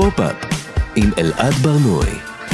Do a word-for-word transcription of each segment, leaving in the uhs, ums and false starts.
פופ-אפ עם אלעד ברנועי.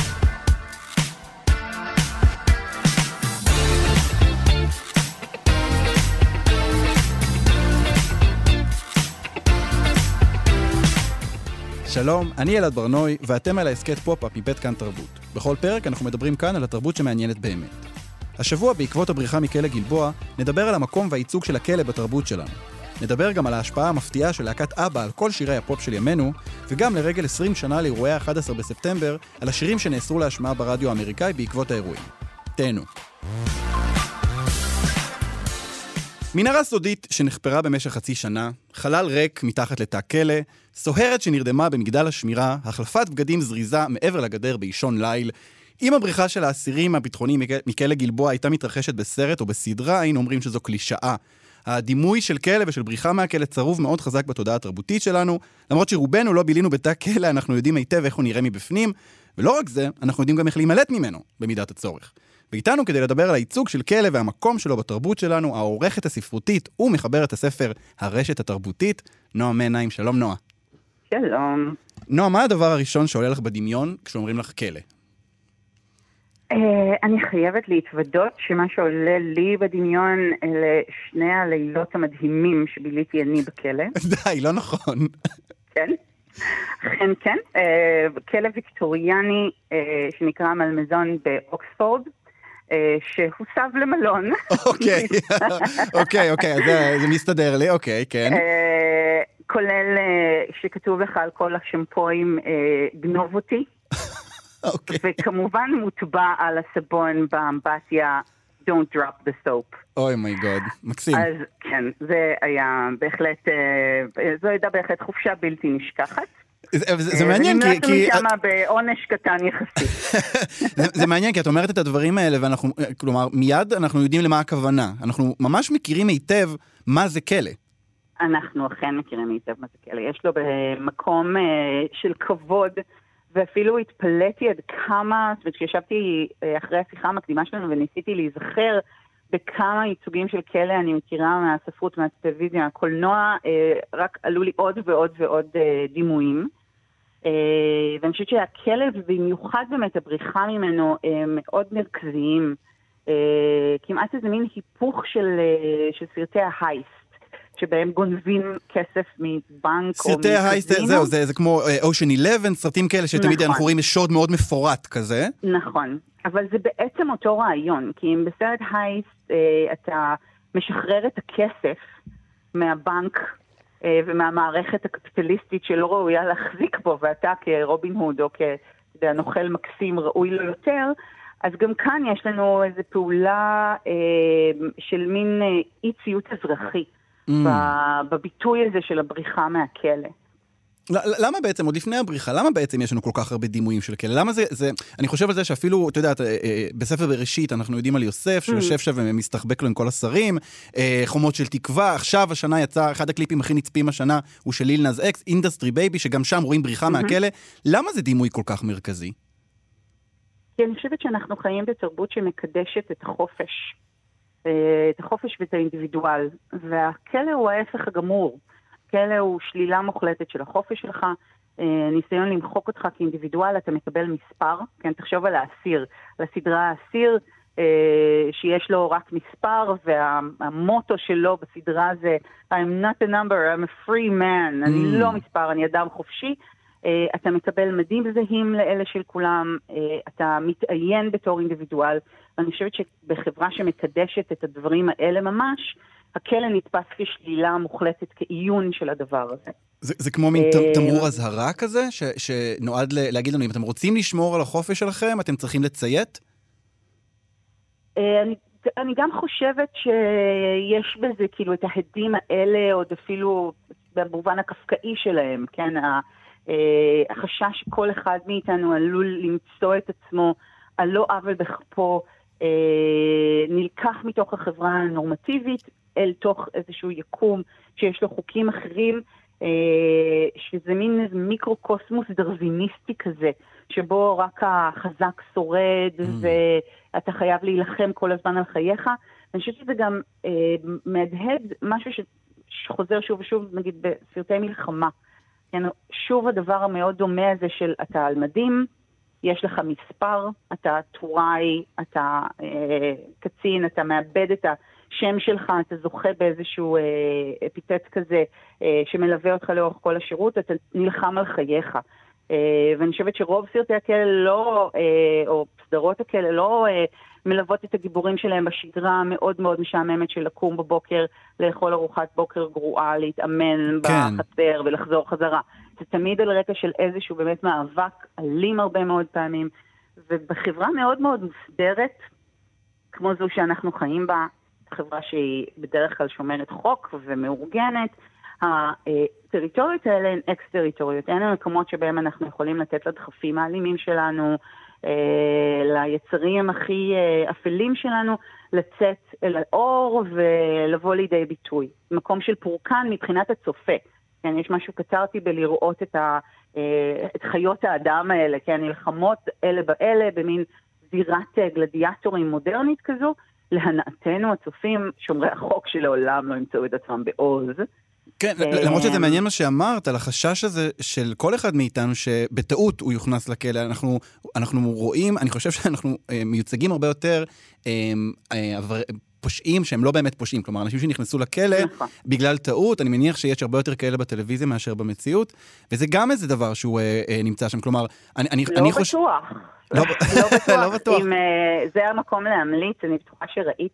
שלום, אני אלעד ברנועי, ואתם על ההסכת פופ-אפ מבית כאן תרבות. בכל פרק אנחנו מדברים כאן על התרבות שמעניינת באמת. השבוע, בעקבות הבריחה מכלא גלבוע, נדבר על המקום והייצוג של הכלא בתרבות שלנו. נדבר גם על ההשפעה המפתיעה של להקת אבא על כל שירי הפופ של ימינו, וגם לרגל עשרים שנה לאירועי ה-אחד עשר בספטמבר, על השירים שנאסרו להשמעה ברדיו האמריקאי בעקבות האירועים. תהנו. מנהרה סודית שנחפרה במשך חצי שנה, חלל ריק מתחת לתא כלא, סוהרת שנרדמה במגדל השמירה, החלפת בגדים זריזה מעבר לגדר באישון ליל. אם הבריחה של האסירים הביטחוניים מכלא גלבוע הייתה מתרחשת בסרט או בסדרה, היינו אומרים שזו קלישאה. הדימוי של כלא ושל בריחה מהכלא צרוב מאוד חזק בתודעה התרבותית שלנו, למרות שרובנו לא בילינו בתא כלא, אנחנו יודעים היטב איך הוא נראה מבפנים, ולא רק זה, אנחנו יודעים גם איך להימלט ממנו במידת הצורך. ואיתנו כדי לדבר על הייצוג של כלא והמקום שלו בתרבות שלנו, העורכת הספרותית ומחברת הספר הרשת התרבותית, נועה מנעים. שלום נועה. שלום. נועה, מה הדבר הראשון שעולה לך בדמיון כשאומרים לך כלא? אני חייבת להתוודות שמה שעולה לי בדמיון אלה שני הלילות המדהימים שביליתי אני בכלא. די, לא נכון. כן, אכן כן. כלא ויקטוריאני שנקרא מלמזון באוקספורד, שהוסב למלון. אוקיי, אוקיי, אוקיי, זה מסתדר לי, אוקיי, כן. כולל שכתוב לך על כל השמפויים גנוב אותי. Okay. וכמובן מוטבע על הסבון באמבטיה Don't drop the soap. אוי מי גוד, מקסים. אז כן, זה היה בהחלט, זו הייתה בהחלט חופשה בלתי נשכחת. זה, זה מעניין כי... נמלטנו משם בעונש קטן יחסי. זה, זה מעניין כי את אומרת את הדברים האלה ואנחנו, כלומר, מיד אנחנו יודעים למה הכוונה. אנחנו ממש מכירים היטב מה זה כלא. אנחנו אכן מכירים היטב מה זה כלא. יש לו במקום של כבוד, ואפילו התפלאתי עד כמה, זאת אומרת, כשישבתי אחרי השיחה המקדימה שלנו וניסיתי להיזכר בכמה ייצוגים של כלא אני מכירה מהספרות, מהטלוויזיה, מהקולנוע, רק עלו לי עוד ועוד ועוד דימויים. ואני חושבת שהכלא, ובמיוחד באמת הבריחה ממנו, מאוד מרכזיים. כמעט איזה מין היפוך של, של סרטי ההייסט. שבהם גונבים כסף מבנק או סרטי ההייסט, זהו, זה, זה כמו אושן אחת עשרה, סרטים כאלה שתמיד נכון. אנחנו רואים שוד מאוד מפורט כזה. נכון, אבל זה בעצם אותו רעיון, כי אם בסרט הייסט אה, אתה משחרר את הכסף מהבנק אה, ומהמערכת הקפיטליסטית שלא ראויה להחזיק בו, ואתה כרובין הוד או כנוכל מקסים ראוי לו יותר, אז גם כאן יש לנו איזו פעולה אה, של מין אה, אי ציות אזרחי. בביטוי הזה של הבריחה מהכלא. למה בעצם, עוד לפני הבריחה, למה בעצם יש לנו כל כך הרבה דימויים של כלא? למה זה, זה, אני חושב על זה שאפילו, אתה יודע, בספר בראשית אנחנו יודעים על יוסף, שיושב שם ומסתחבק לו עם כל השרים, חומות של תקווה, עכשיו השנה יצא, אחד הקליפים הכי נצפים השנה, הוא של ליל נאז אקס, אינדסטרי בייבי, שגם שם רואים בריחה מהכלא. למה זה דימוי כל כך מרכזי? כי אני חושבת שאנחנו חיים בתרבות שמקדשת את החופש. את החופש ואת האינדיבידואל, והכלא הוא ההפך הגמור. כלא הוא שלילה מוחלטת של החופש שלך, ניסיון למחוק אותך כאינדיבידואל, אתה מקבל מספר, כן, תחשוב על האסיר, על הסדרה האסיר, שיש לו רק מספר, והמוטו שלו בסדרה זה, I'm not a number, I'm a free man, אני לא מספר, אני אדם חופשי, אתה מקבל מדים זהים לאלה של כולם, אתה מתעיין בתור אינדיבידואל, ואני חושבת שבחברה שמקדשת את הדברים האלה ממש, הכלא נתפס כשלילה מוחלטת, כעיון של הדבר הזה. זה, זה כמו מין תמרור הזהרה כזה, ש, שנועד להגיד לנו, אם אתם רוצים לשמור על החופש שלכם, אתם צריכים לציית? אני, אני גם חושבת שיש בזה כאילו את ההדים האלה, עוד אפילו במובן הקפקאי שלהם, כן, החשש שכל אחד מאיתנו עלול למצוא את עצמו על לא עוול בכפו, נלקח מתוך החברה הנורמטיבית אל תוך איזשהו יקום שיש לו חוקים אחרים, שזה מין מיקרוקוסמוס דרוויניסטי כזה, שבו רק החזק שורד ואתה חייב להילחם כל הזמן על חייך. אני חושבת שזה גם מהדהד משהו שחוזר שוב ושוב, נגיד בסרטי מלחמה, כן, שוב הדבר המאוד דומה הזה של אתה על מדים, יש לך מספר, אתה טוראי, אתה אה, קצין, אתה מאבד את השם שלך, אתה זוכה באיזשהו אה, אפיטט כזה אה, שמלווה אותך לאורך כל השירות, אתה נלחם על חייך. אה, ואני חושבת שרוב סרטי הכלא לא, אה, או סדרות הכלא לא אה, מלוות את הגיבורים שלהם בשגרה המאוד מאוד משעממת של לקום בבוקר, לאכול ארוחת בוקר גרועה, להתאמן כן. בחצר ולחזור חזרה. זה תמיד על רקע של איזשהו באמת מאבק אלים הרבה מאוד פעמים, ובחברה מאוד מאוד מוסדרת, כמו זו שאנחנו חיים בה, חברה שהיא בדרך כלל שומרת חוק ומאורגנת, הטריטוריות האלה הן אקס-טריטוריות, הן המקומות שבהם אנחנו יכולים לתת לדחפים האלימים שלנו, ליצרים הכי אפלים שלנו, לצאת אל האור ולבוא לידי ביטוי. מקום של פורקן מבחינת הצופה. כן, יש משהו קצרתי בלראות את, ה, את חיות האדם האלה, כן, נלחמות אלה באלה, במין זירת גלדיאטורים מודרנית כזו, להנאתנו הצופים, שומרי החוק שלעולם לא ימצאו את עצמם בעוז. כן, למרות שזה מעניין מה שאמרת, על החשש הזה של כל אחד מאיתנו, שבטעות הוא יוכנס לכלא, אנחנו, אנחנו רואים, אני חושב שאנחנו מיוצגים הרבה יותר, פושעים שהם לא באמת פושעים, כלומר, אנשים שנכנסו לכלא בגלל טעות, אני מניח שיש הרבה יותר כאלה בטלוויזיה מאשר במציאות, וזה גם איזה דבר שהוא נמצא שם, כלומר, אני חושב... לא בטוח. לא בטוח. זה המקום להמליץ, אני בטוחה שראית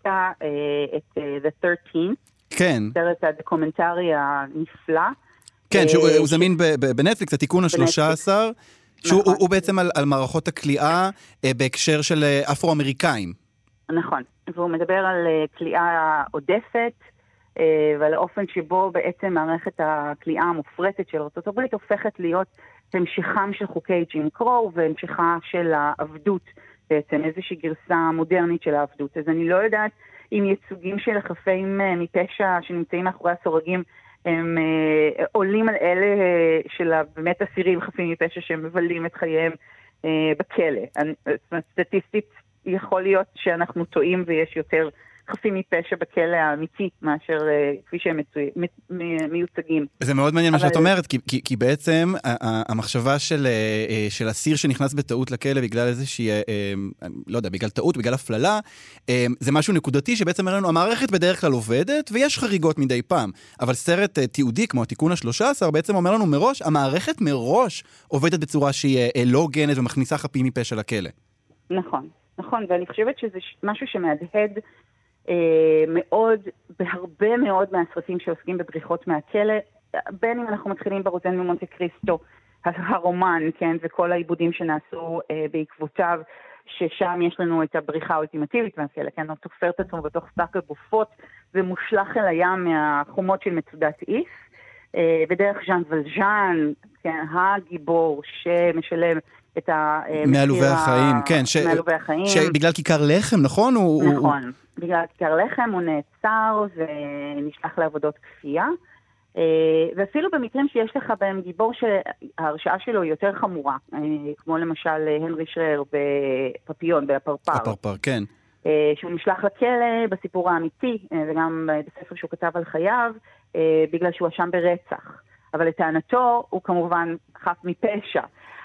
את The thirteen, כן. סרט הדוקומנטרי הנפלא. כן, שהוא זמין בנטפליקס, התיקון ה-שלוש עשרה, שהוא בעצם על מערכות הכליאה בהקשר של אפרו-אמריקאים. נכון, והוא מדבר על כליאה עודפת, ועל האופן שבו בעצם מערכת הכליאה המופרטת של ארצות הברית הופכת להיות המשכם של חוקי ג'ים קרו, והמשכה של העבדות, בעצם איזושהי גרסה מודרנית של העבדות. אז אני לא יודעת אם ייצוגים של החפים מפשע שנמצאים מאחורי הסורגים, הם עולים על אלה של באמת אסירים חפים מפשע שמבלים את חייהם בכלא. סטטיסטית יכול להיות שאנחנו טועים ויש יותר חפים מפשע בכלא האמיתי מאשר כפי שהם מיוצגים. זה מאוד מעניין מה שאת אומרת, כי, כי בעצם המחשבה של, של אסיר שנכנס בטעות לכלא בגלל איזושהי, לא יודע, בגלל טעות, בגלל הפללה, זה משהו נקודתי שבעצם אומר לנו, המערכת בדרך כלל עובדת ויש חריגות מדי פעם, אבל סרט תיעודי כמו התיקון ה-שלוש עשרה בעצם אומר לנו מראש, המערכת מראש עובדת בצורה שהיא לא הוגנת ומכניסה חפים מפשע לכלא. נכון, נכון, ואני חושבת שזה משהו שמהדהד אה, מאוד, בהרבה מאוד מהסרטים שעוסקים בבריחות מהכלא, בין אם אנחנו מתחילים ברוזן ממונטה קריסטו, הרומן, כן, וכל העיבודים שנעשו אה, בעקבותיו, ששם יש לנו את הבריחה האולטימטיבית מהכלא, כן, הוא תופר את עצמו בתוך שק הגופות, ומושלח אל הים מהחומות של מצודת איף, אה, בדרך ז'אן ולז'אן, כן, הגיבור שמשלם את המחיר... מעלובי החיים, כן. ש... מעלובי החיים. שבגלל כיכר לחם, נכון? נכון. הוא... בגלל כיכר לחם הוא נעצר ונשלח לעבודות כפייה. ואפילו במקרים שיש לך בהם גיבור שההרשעה שלו היא יותר חמורה, כמו למשל הנרי שרר בפפיון, בפרפר. הפרפר, כן. שהוא נשלח לכלא בסיפור האמיתי, וגם בספר שהוא כתב על חייו, בגלל שהוא אשם ברצח. אבל לטענתו הוא כמובן חף מפשע.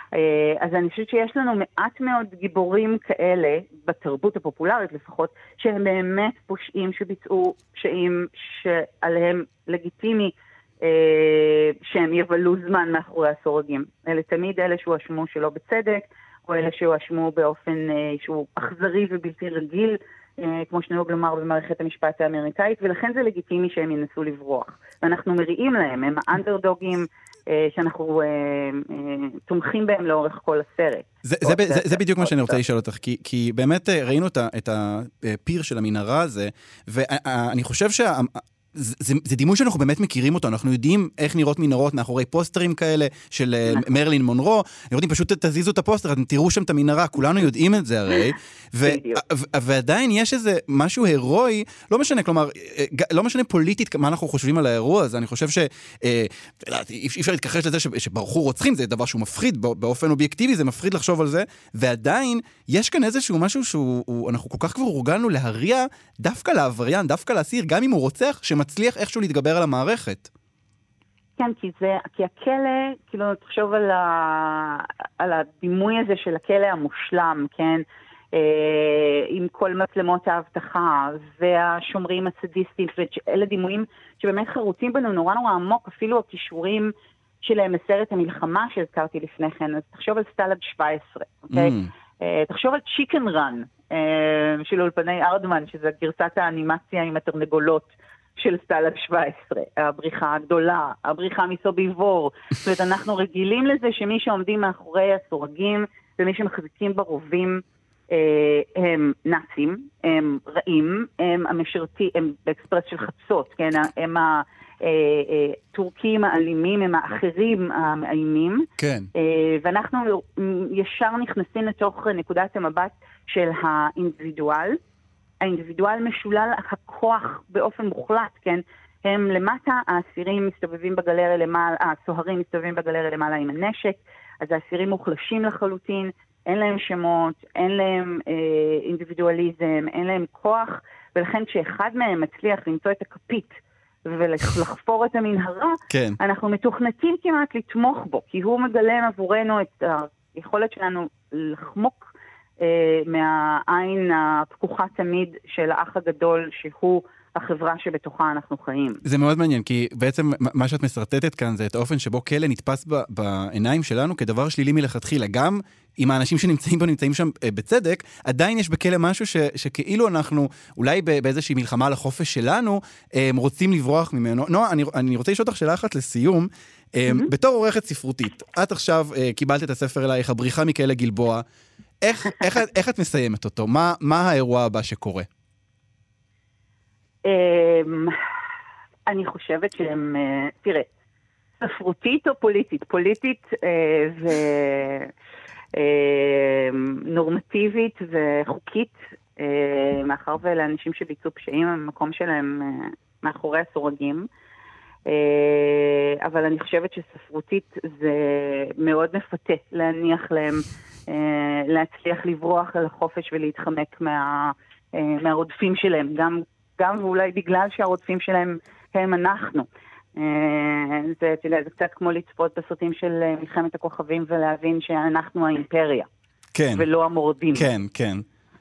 אז אני חושבת שיש לנו מעט מאוד גיבורים כאלה, בתרבות הפופולרית לפחות, שהם באמת פושעים שביצעו פשעים שעליהם לגיטימי שהם יבלו זמן מאחורי הסורגים. אלה תמיד אלה שהואשמו שלא בצדק, או אלה שהואשמו באופן שהוא אכזרי ובלתי רגיל, כמו שנהוג לומר במערכת המשפט האמריקאית, ולכן זה לגיטימי שהם ינסו לברוח. ואנחנו מריעים להם, הם האנדרדוגים שאנחנו תומכים בהם לאורך כל הסרט. זה בדיוק מה שאני רוצה לשאול אותך, כי באמת ראינו את הפיר של המנהרה הזה, ואני חושב שה... זה, זה דימוי שאנחנו באמת מכירים אותו, אנחנו יודעים איך נראות מנהרות מאחורי פוסטרים כאלה של מרלין מונרו, יודעים פשוט תזיזו את הפוסטר, אתם תראו שם את המנהרה, כולנו יודעים את זה הרי, ו, ועדיין יש איזה משהו הירואי, לא משנה, כלומר, לא משנה פוליטית מה אנחנו חושבים על האירוע הזה, אני חושב ש, אי אפשר להתכחש לזה שברחו רוצחים, זה דבר שהוא מפחיד, באופן אובייקטיבי זה מפחיד לחשוב על זה, ועדיין יש כאן איזשהו משהו שאנחנו כל כך כבר הורגלנו להריע דווקא לעבריין, דווקא לאסיר, גם אם הוא רוצח, מצליח איכשהו להתגבר על המערכת. כן, כי זה, כי הכלא, כאילו, תחשוב על, ה, על הדימוי הזה של הכלא המושלם, כן? אה, עם כל מצלמות האבטחה, והשומרים הסדיסטים, ואלה דימויים שבאמת חרוצים בנו נורא נורא עמוק, אפילו הכישורים שלהם לסרט המלחמה שהזכרתי לפני כן. אז תחשוב על סטלד שבע עשרה, אוקיי? Mm. אה, תחשוב על צ'יקן רן, אה, של אולפני ארדמן, שזה גרסת האנימציה עם התרנגולות, של סטלד שבע עשרה, הבריחה הגדולה, הבריחה מסוביבור. זאת אומרת, אנחנו רגילים לזה שמי שעומדים מאחורי הסורגים, ומי שמחזיקים ברובים, אה, הם נאצים, הם רעים, הם המשרתים, הם באקספרס של חצות, כן? הם הטורקים האלימים, הם האחרים המאיימים. כן. אה, ואנחנו ישר נכנסים לתוך נקודת המבט של האינדיבידואל, האינדיבידואל משולל הכוח באופן מוחלט, כן? הם למטה, האסירים מסתובבים בגלריה למעלה, הסוהרים מסתובבים בגלריה למעלה עם הנשק, אז האסירים מוחלשים לחלוטין, אין להם שמות, אין להם אה, אינדיבידואליזם, אין להם כוח, ולכן כשאחד מהם מצליח למצוא את הכפית ולחפור את המנהרה, כן. אנחנו מתוכנתים כמעט לתמוך בו, כי הוא מגלם עבורנו את היכולת שלנו לחמוק מהעין הפקוחה תמיד של האח הגדול, שהוא החברה שבתוכה אנחנו חיים. זה מאוד מעניין, כי בעצם מה שאת מסרטטת כאן זה את האופן שבו כלא נתפס בעיניים שלנו כדבר שלילי מלכתחילה. גם אם האנשים שנמצאים בו נמצאים שם בצדק, עדיין יש בכלא משהו ש, שכאילו אנחנו, אולי באיזושהי מלחמה על החופש שלנו, רוצים לברוח ממנו. נועה, אני, אני רוצה לשאול אותך שאלה אחת לסיום. Mm-hmm. בתור עורכת ספרותית, את עכשיו קיבלת את הספר אלייך, הבריחה מכלא גלבוע, איך, איך, איך את מסיימת אותו? מה, מה האירוע הבא שקורה? אני חושבת שהם, תראה, ספרותית או פוליטית? פוליטית ונורמטיבית וחוקית, מאחר ולאנשים שביצעו פשעים, המקום שלהם מאחורי הסורגים. אבל אני חושבת שספרותית זה מאוד מפתה להניח להם להצליח לברוח על החופש ולהתחמק מה, מהרודפים שלהם, גם, גם ואולי בגלל שהרודפים שלהם הם אנחנו. זה, תראה, זה קצת כמו לצפות בסרטים של מלחמת הכוכבים ולהבין שאנחנו האימפריה. כן. ולא המורדים. כן, כן.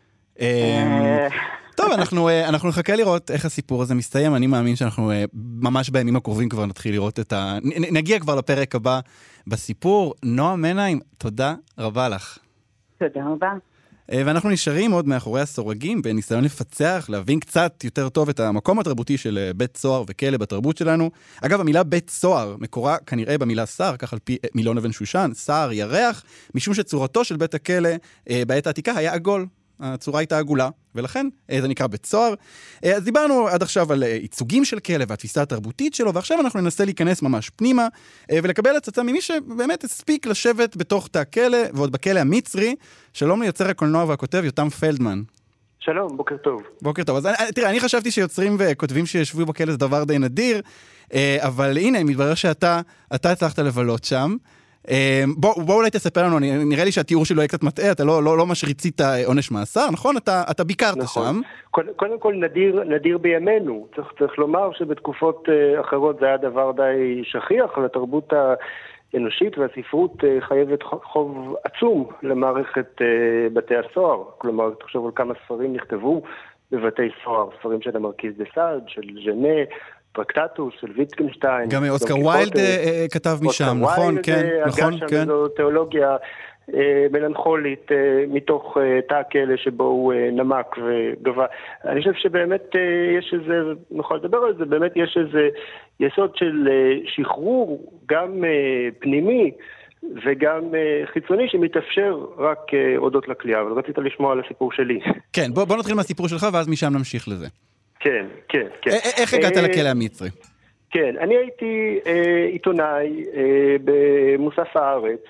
טוב, אנחנו, אנחנו נחכה לראות איך הסיפור הזה מסתיים. אני מאמין שאנחנו ממש בימים הקרובים כבר נתחיל לראות את ה... נגיע כבר לפרק הבא בסיפור. נועה מנהיים, תודה רבה לך. תודה רבה. ואנחנו נשארים עוד מאחורי הסורגים, בניסיון לפצח, להבין קצת יותר טוב את המקום התרבותי של בית סוהר וכלא בתרבות שלנו. אגב, המילה בית סוהר מקורה כנראה במילה שר, כך על פי מילון אבן שושן, שר, ירח, משום שצורתו של בית הכלא בעת העתיקה היה עגול. הצורה הייתה עגולה, ולכן זה נקרא בית סוהר. אז דיברנו עד עכשיו על ייצוגים של כלא והתפיסה התרבותית שלו, ועכשיו אנחנו ננסה להיכנס ממש פנימה, ולקבל הצצה ממי שבאמת הספיק לשבת בתוך תא הכלא, ועוד בכלא המצרי. שלום ליוצר הקולנוע והכותב יותם פלדמן. שלום, בוקר טוב. בוקר טוב. אז תראה, אני חשבתי שיוצרים וכותבים שישבו בכלא זה דבר די נדיר, אבל הנה, מתברר שאתה, אתה הצלחת לבלות שם. בוא, בוא אולי תספר לנו, נראה לי שהתיאור שלו יהיה קצת מטעה, אתה לא, לא, לא ממש ריצית עונש מאסר, נכון? אתה, אתה ביקרת נכון. שם. קודם, קודם כל נדיר, נדיר בימינו. צריך, צריך לומר שבתקופות אחרות זה היה דבר די שכיח, לתרבות האנושית והספרות חייבת חוב עצום למערכת בתי הסוהר. כלומר, תחשוב על כמה ספרים נכתבו בבתי סוהר, ספרים של המרקיז דה סאד, של ז'נה, טרקטטוס, של ויטקנשטיין. גם אוסקר ויילד כתב משם, נכון? כן, נכון, כן. זו תיאולוגיה מלנכולית מתוך תא הכלא שבו הוא נמק וגבה. אני חושב שבאמת יש איזה, נוכל לדבר על זה, באמת יש איזה יסוד של שחרור, גם פנימי וגם חיצוני, שמתאפשר רק הודות לכלייה. אבל רצית לשמוע על הסיפור שלי. כן, בוא, בוא נתחיל מהסיפור שלך ואז משם נמשיך לזה. כן, כן, כן. איך הגעת לכלא המצרי? כן, אני הייתי עיתונאי במוסף הארץ,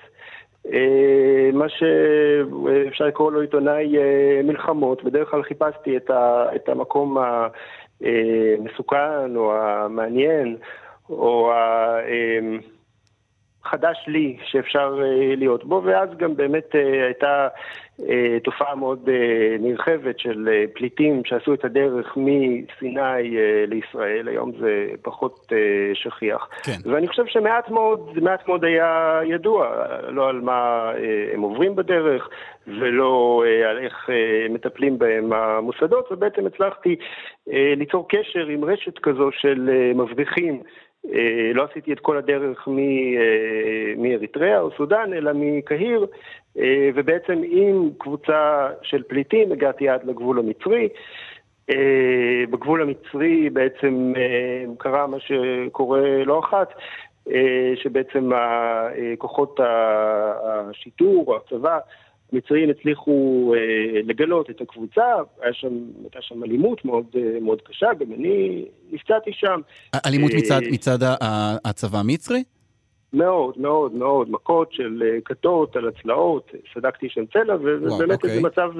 מה שאפשר לקרוא לו עיתונאי מלחמות. בדרך כלל חיפשתי את המקום המסוכן או המעניין או החדש לי שאפשר להיות בו, ואז גם באמת הייתה תופעה מאוד נרחבת של פליטים שעשו את הדרך מסיני לישראל, היום זה פחות שכיח. כן. ואני חושב שמעט מאוד, מעט מאוד היה ידוע, לא על מה הם עוברים בדרך, ולא על איך מטפלים בהם המוסדות, ובעצם הצלחתי ליצור קשר עם רשת כזו של מבריחים. לא עשיתי את כל הדרך מאריתריאה או סודן, אלא מקהיר, ובעצם עם קבוצה של פליטים הגעתי עד לגבול המצרי. בגבול המצרי בעצם קרה מה שקורה לא אחת, שבעצם כוחות השיטור, הצבא, המצרים הצליחו לגלות את הקבוצה, היה שם, הייתה שם אלימות מאוד, מאוד קשה, גם אני נפצעתי שם. אלימות מצד, מצד הצבא המצרי? מאוד, מאוד, מאוד, מכות של כתות על הצלעות, סדקתי שם צלע, ובאמת זה מצב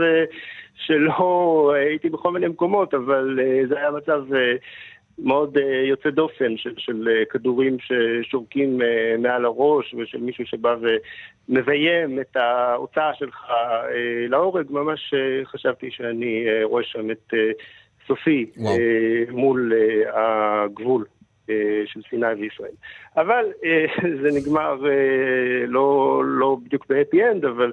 שלא הייתי בכל מיני מקומות, אבל זה היה מצב מאוד יוצא דופן של, של כדורים ששורקים מעל הראש, ושל מישהו שבא ומביים את ההוצאה שלך להורג. ממש חשבתי שאני רואה שם את סופי וואו. מול הגבול של סיני וישראל. אבל זה נגמר לא, לא בדיוק ב-happy end, אבל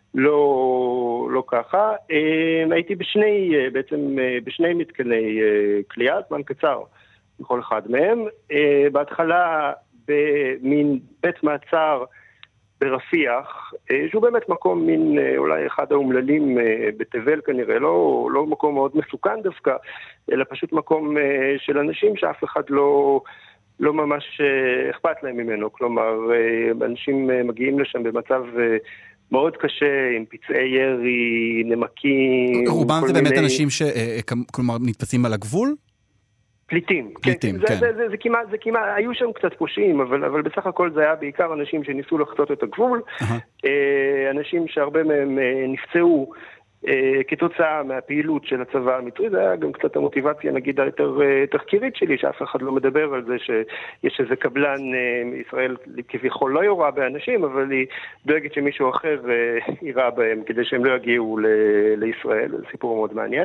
לא, לא ככה. הייתי בשני, בעצם בשני מתקני כליאה, זמן קצר בכל אחד מהם. בהתחלה במין בית מעצר ברפיח, שהוא באמת מקום מין אולי אחד האומללים בתבל כנראה, לא, לא מקום מאוד מסוכן דווקא, אלא פשוט מקום של אנשים שאף אחד לא, לא ממש אכפת להם ממנו. כלומר, אנשים מגיעים לשם במצב מאוד קשה, עם פצעי ירי, נמקים. רובם זה באמת אנשים שכלומר נתפסים על הגבול? פליטים. פליטים, כן. זה, זה, זה כמעט, זה כמעט, היו שם קצת פושעים, אבל, אבל בסך הכל זה היה בעיקר אנשים שניסו לחצות את הגבול, אנשים שהרבה מהם נפצעו כתוצאה מהפעילות של הצבא המצרי. זה היה גם קצת המוטיבציה, נגיד, היותר תחקירית שלי, שאף אחד לא מדבר על זה שיש איזה קבלן ישראל כביכול לא יורה באנשים, אבל היא דואגת שמישהו אחר ירה בהם כדי שהם לא יגיעו לישראל. זה סיפור מאוד מעניין.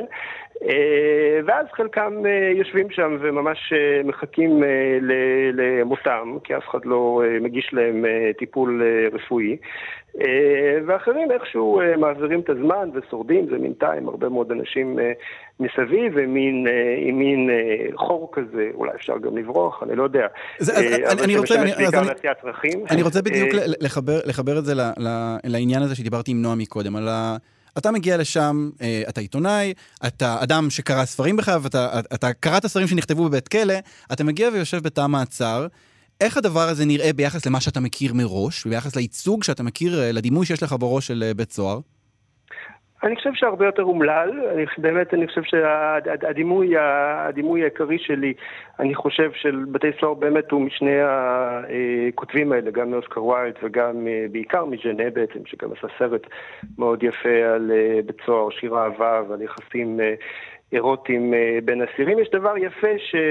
ואז חלקם יושבים שם וממש מחכים למותם, כי אף אחד לא מגיש להם טיפול רפואי. ואחרים איכשהו מעבירים את הזמן ושורדים, זה מין טיים, הרבה מאוד אנשים מסביב, ומין עם מין חור כזה, אולי אפשר גם לברוח, אני לא יודע. אני רוצה בדיוק לחבר את זה לעניין הזה שדיברתי עם נועה מקודם, על ה... אתה מגיע לשם, אתה עיתונאי, אתה אדם שקרא ספרים בך, ואתה קראת ספרים שנכתבו בבית כלא, אתה מגיע ויושב בתא מעצר. איך הדבר הזה נראה ביחס למה שאתה מכיר מראש, וביחס לייצוג שאתה מכיר, לדימוי שיש לך בראש של בית סוהר? אני חושב שהרבה יותר אומלל. אני, באמת, אני חושב שהדימוי הדימוי העיקרי שלי, אני חושב של בתי סוהר באמת הוא משני הכותבים האלה, גם מאוסקר ווילד וגם בעיקר מג'נה בעצם, שגם עשה סרט מאוד יפה על בית סוהר, שיר אהבה ועל יחסים אירוטים בין אסירים. יש דבר יפה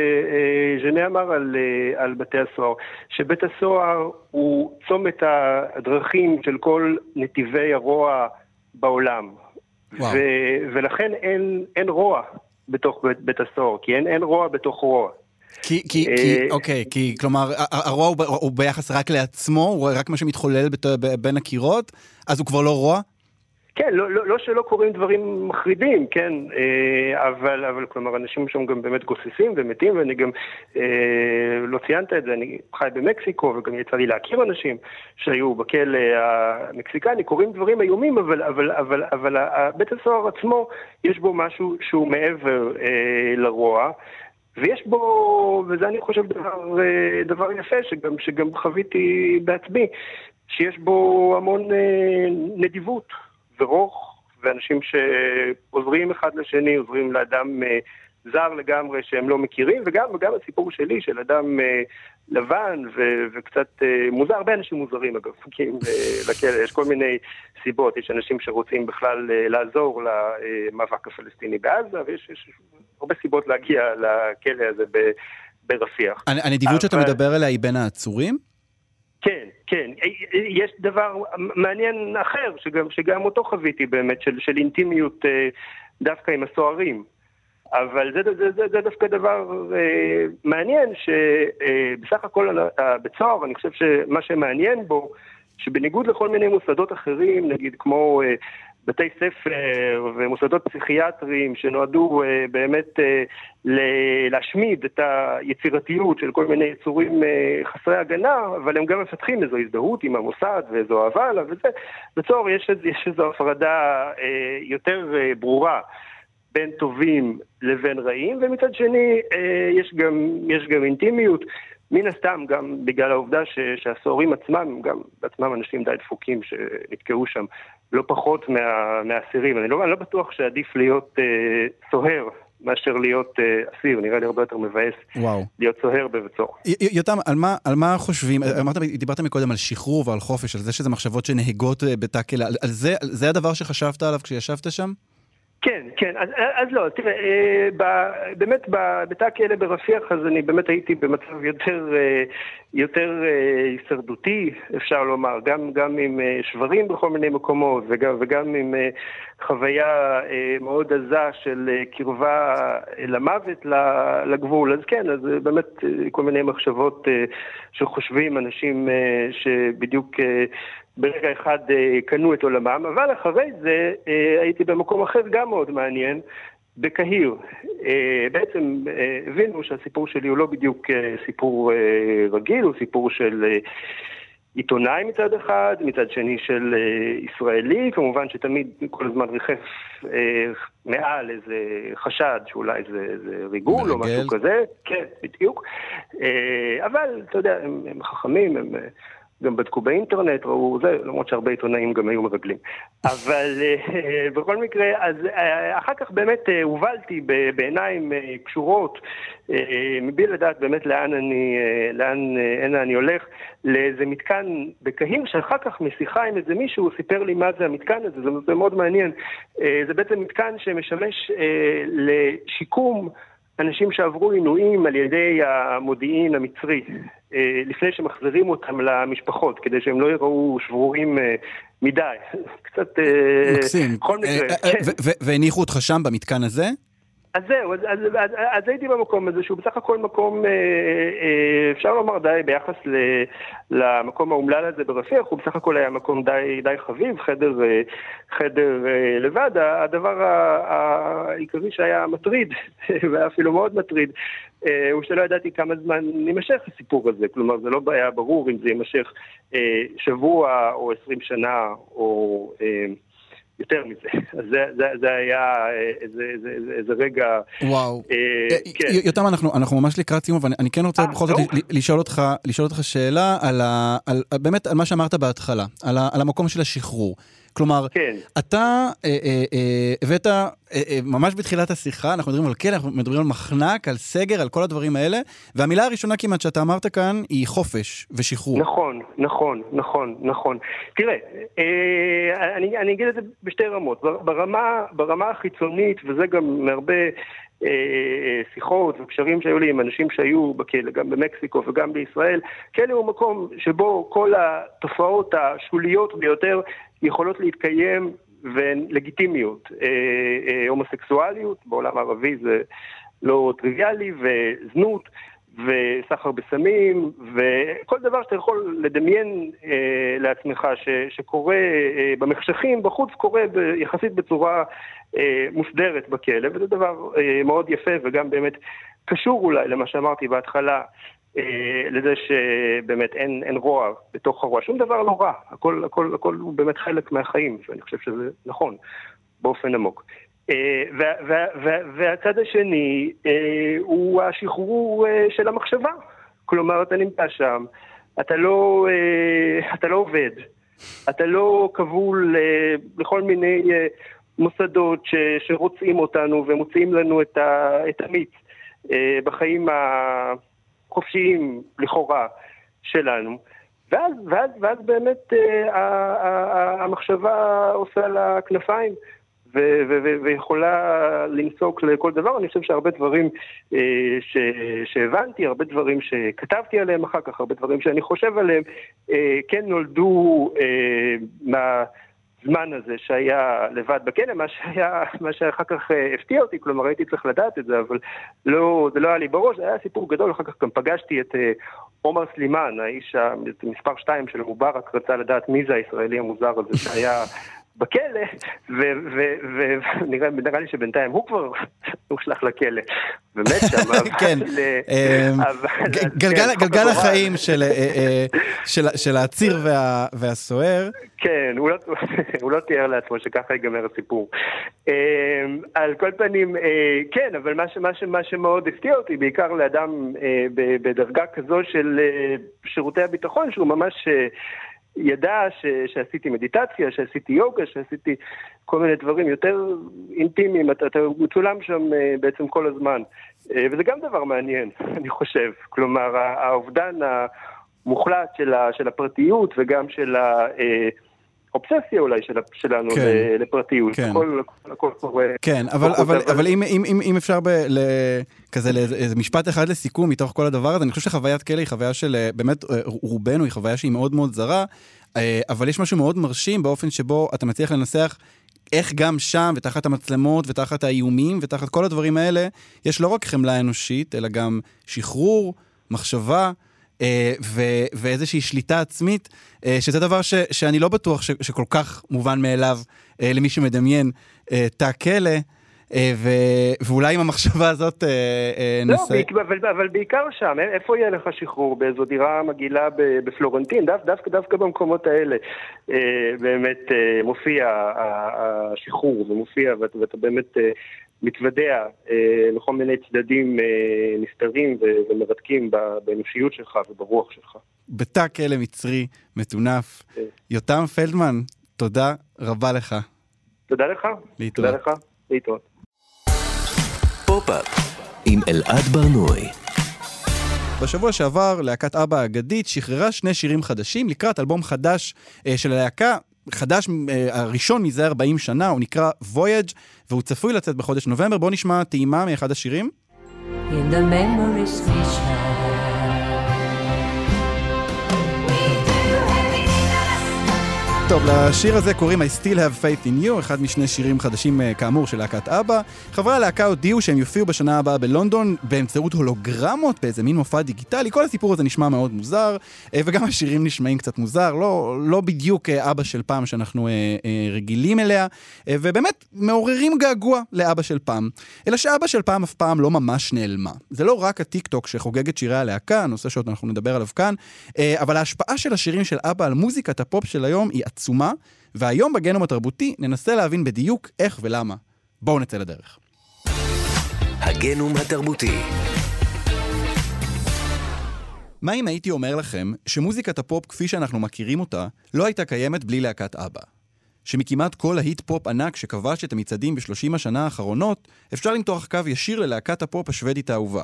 שז'נה אמר על, על בתי הסוהר, שבית הסוהר הוא צומת הדרכים של כל נתיבי הרוע בעולם. ו, ולכן אין, אין רוע בתוך בית, בית הסוהר, כי אין, אין רוע בתוך רוע. כי, כי, כי, אוקיי, כי, כלומר, הרוע הוא, הוא ביחס רק לעצמו, הוא רק מה שמתחולל בין הקירות, אז הוא כבר לא רוע? כן, לא, לא, לא שלא קוראים דברים מחרידים, כן, אבל, אבל כלומר, אנשים שם גם באמת גוססים ומתים, ואני גם לא ציינת את זה, אני חי במקסיקו, וגם יצא לי להכיר אנשים שהיו בכלא המקסיקני, קוראים דברים איומים, אבל, אבל, אבל, אבל בית הסוהר עצמו, יש בו משהו שהוא מעבר לרוע, ויש בו, וזה אני חושב דבר, דבר יפה, שגם, שגם חוויתי בעצמי, שיש בו המון נדיבות, ורוך, ואנשים שעוזרים אחד לשני, עוזרים לאדם זר לגמרי שהם לא מכירים, וגם, וגם הסיפור שלי של אדם לבן ו- וקצת מוזר, הרבה אנשים מוזרים אגב, לכלא, יש כל מיני סיבות, יש אנשים שרוצים בכלל לעזור למאבק הפלסטיני בעזה, ויש יש הרבה סיבות להגיע לכלא הזה ברפיח. הנדיבות שאתה מדבר עליה היא בין העצורים? כן, כן. יש דבר מעניין אחר, שגם, שגם אותו חוויתי באמת, של, של אינטימיות דווקא עם הסוהרים. אבל זה, זה, זה, זה דווקא דבר אה, מעניין, שבסך אה, הכל בית סוהר, אני חושב שמה שמעניין בו, שבניגוד לכל מיני מוסדות אחרים, נגיד כמו אה, בתי ספר ומוסדות פסיכיאטריים, שנועדו אה, באמת אה, להשמיד את היצירתיות של כל מיני יצורים אה, חסרי הגנה, אבל הם גם מפתחים איזו הזדהות עם המוסד ואיזו אהבה לה, וזה, בצוהר יש, יש איזו הפרדה אה, יותר אה, ברורה, בין טובים לבין רעים, ומצד שני יש גם, יש גם אינטימיות, מן הסתם גם בגלל העובדה ש, שהסוהרים עצמם, גם בעצמם אנשים די דפוקים שנתקעו שם, לא פחות מה, מהאסירים. אני לא, אני לא בטוח שעדיף להיות אה, סוהר מאשר להיות אה, אסיר, נראה לי הרבה יותר מבאס וואו. להיות סוהר בבית סוהר. יותם, על מה, על מה חושבים? אמרת, דיברת מקודם על שחרור ועל חופש, על זה שזה מחשבות שנהגות בתא כלא, על, על זה, זה הדבר שחשבת עליו כשישבת שם? כן, כן, אז, אז לא, תראה, ב, באמת בתא כלא ברפיח, אז אני באמת הייתי במצב יותר, יותר הישרדותי, אפשר לומר, גם, גם עם שברים בכל מיני מקומות, וגם, וגם עם חוויה מאוד עזה של קרבה למוות לגבול, אז כן, אז באמת כל מיני מחשבות שחושבים אנשים שבדיוק ברגע אחד קנו את עולמם, אבל אחרי זה הייתי במקום אחר גם מאוד מעניין, בקהיר. בעצם הבינו שהסיפור שלי הוא לא בדיוק סיפור רגיל, הוא סיפור של עיתונאי מצד אחד, מצד שני של ישראלי, כמובן שתמיד כל הזמן ריחף מעל איזה חשד שאולי זה, זה ריגול או משהו כזה, כן, בדיוק. אבל אתה יודע, הם, הם חכמים, הם גם בדקו באינטרנט, ראו זה, למרות שהרבה עיתונאים גם היו מרגלים. אבל בכל מקרה, אז אחר כך באמת הובלתי בעיניים קשורות, מבלי לדעת באמת לאן אני, לאן הנה אני הולך, לאיזה מתקן בקהיר, שאחר כך משיחה עם איזה מישהו, סיפר לי מה זה המתקן הזה, זה, זה מאוד מעניין. זה בעצם מתקן שמשמש לשיקום אנשים שעברו עינויים על ידי המודיעין המצרי, לפני שמחזירים אותם למשפחות, כדי שהם לא יראו שבורים מדי. קצת... מקסים. והניחו אותך שם במתקן הזה? אז זהו, אז, אז, אז, אז הייתי במקום הזה, שהוא בסך הכל מקום, אפשר לומר די, ביחס ל, למקום האומלל הזה ברפיח, הוא בסך הכל היה מקום די, די חביב, חדר, חדר לבד. הדבר העיקרי שהיה מטריד, והיה אפילו מאוד מטריד, הוא שלא ידעתי כמה זמן יימשך הסיפור הזה, כלומר זה לא היה ברור אם זה יימשך שבוע או עשרים שנה או... יותר מזה. אז זה, זה, זה היה איזה, איזה, איזה, איזה רגע... וואו. אה, כן. יותם, אנחנו, אנחנו ממש לקראת סיום, ואני כן רוצה 아, בכל זאת לשאול אותך, לשאול אותך שאלה על ה, על, באמת על מה שאמרת בהתחלה, על, ה, על המקום של השחרור. כלומר, כן. אתה אה, אה, אה, הבאת אה, אה, ממש בתחילת השיחה, אנחנו מדברים על כלא, אנחנו מדברים על מחנק, על סגר, על כל הדברים האלה, והמילה הראשונה כמעט שאתה אמרת כאן היא חופש ושחרור. נכון, נכון, נכון, נכון. תראה, אה, אני, אני אגיד את זה בשתי רמות. ברמה, ברמה החיצונית, וזה גם מהרבה אה, שיחות וקשרים שהיו לי עם אנשים שהיו בכלא, גם במקסיקו וגם בישראל, כלא הוא מקום שבו כל התופעות השוליות ביותר יכולות להתקיים ולגיטימיות. אה, אה, הומוסקסואליות, בעולם הערבי זה לא טריוויאלי, וזנות, וסחר בסמים, וכל דבר שאתה יכול לדמיין אה, לעצמך ש, שקורה אה, במחשכים, בחוץ קורה ב, יחסית בצורה אה, מוסדרת בכלא, וזה דבר אה, מאוד יפה, וגם באמת קשור אולי למה שאמרתי בהתחלה, לזה שבאמת אין, אין רוע בתוך הרוע, שום דבר לא רע, הכל, הכל, הכל הוא באמת חלק מהחיים, ואני חושב שזה נכון, באופן עמוק. וה, וה, וה, והצד השני הוא השחרור של המחשבה, כלומר אתה נמצא שם, אתה לא, אתה לא עובד, אתה לא כבול לכל מיני מוסדות ש, שרוצים אותנו ומוצאים לנו את, ה, את המיץ בחיים ה... חופשיים לכאורה שלנו, ואז, ואז, ואז באמת אה, אה, אה, המחשבה עושה לה כנפיים, ו- ו- ו- ויכולה לנסוק לכל דבר. אני חושב שהרבה דברים אה, ש- שהבנתי, הרבה דברים שכתבתי עליהם אחר כך, הרבה דברים שאני חושב עליהם, אה, כן נולדו אה, מהזמן הזה שהיה לבד בכלא, מה שהיה, מה שאחר כך אה, הפתיע אותי, כלומר הייתי צריך לדעת את זה, אבל לא, זה לא היה לי בראש, זה היה סיפור גדול. אחר כך גם פגשתי את אה, עומר סלימן, האיש המספר שתיים של מובארק, רצה לדעת מי זה הישראלי המוזר הזה שהיה בכלא, ונראה לי שבינתיים הוא כבר הושלח לכלא, באמת שם. כן, גלגל החיים של העציר והסוער. כן, הוא לא תיאר לעצמו שככה ייגמר הסיפור. על כל פנים, כן, אבל מה שמאוד הפתיע אותי, בעיקר לאדם בדרגה כזו של שירותי הביטחון, שהוא ממש ידע ש- שעשיתי מדיטציה, שעשיתי יוגה, שעשיתי כל מיני דברים יותר אינטימיים, אתה, אתה מצולם שם uh, בעצם כל הזמן. Uh, וזה גם דבר מעניין, אני חושב. כלומר, האובדן המוחלט של, ה- של הפרטיות וגם של האובססיה אולי של, שלנו כן. לפרטיות. כן. הכל, הכל קורה. כן, אבל, אבל, אבל, אבל אם, אם, אם, אם אפשר ב, ל, כזה לאיזה משפט אחד לסיכום מתוך כל הדבר הזה, אני חושב שחוויית כלא היא חוויה של, באמת, רובנו היא חוויה שהיא מאוד מאוד זרה, אבל יש משהו מאוד מרשים באופן שבו אתה מצליח לנסח איך גם שם, ותחת המצלמות, ותחת האיומים, ותחת כל הדברים האלה, יש לא רק חמלה אנושית, אלא גם שחרור, מחשבה, ו- ואיזושהי שליטה עצמית, שזה דבר ש- שאני לא בטוח ש- שכל כך מובן מאליו למי שמדמיין תא כלא, ו- ואולי עם המחשבה הזאת נסה... לא, אבל, אבל בעיקר שם, איפה יהיה לך שחרור? באיזו דירה מגעילה בפלורנטין, דו, דווקא, דווקא במקומות האלה באמת מופיע השחרור, ומופיע, ואתה, ואתה באמת מתוודע לכל מיני צדדים נסתרים ומרתקים באנושיות שלך וברוח שלך. בתא כלא מצרי מטונף. יותם פלדמן, תודה רבה לך. תודה לך. להתראות. תודה לך. להתראות. פופ-אפ עם אלעד ברנועי. בשבוע שעבר להקת אבא האגדית שחררה שני שירים חדשים לקראת אלבום חדש של הלהקה, חדש הראשון מזה ארבעים שנה, הוא נקרא Voyage, והוא צפוי לצאת בחודש נובמבר. בואו נשמע טעימה מאחד השירים. In the memories we share. טוב, לשיר הזה קוראים I Still Have Faith in You, אחד משני שירים חדשים כאמור של להקת אבא. חברי הלהקה הודיעו שהם יופיעו בשנה הבאה בלונדון באמצעות הולוגרמות, באיזה מין מופע דיגיטלי. כל הסיפור הזה נשמע מאוד מוזר, וגם השירים נשמעים קצת מוזר, לא, לא בדיוק אבא של פעם שאנחנו רגילים אליה, ובאמת מעוררים געגוע לאבא של פעם. אלא שאבא של פעם אף פעם לא ממש נעלמה. זה לא רק הטיק טוק שחוגג את שירי הלהקה, הנושא שעוד אנחנו נדבר עליו כאן, אבל ההשפעה של השירים של אבא על מוזיקת הפופ של היום היא עצומה, והיום בגנום התרבותי ננסה להבין בדיוק איך ולמה. בואו נצא לדרך. הגנום התרבותי. מה אם הייתי אומר לכם שמוזיקת הפופ כפי שאנחנו מכירים אותה לא הייתה קיימת בלי להקת אבא? שמכמעט כל להיט פופ ענק שכבש את המצעדים בשלושים השנה האחרונות, אפשר למתוח קו ישיר ללהקת הפופ השוודית האהובה.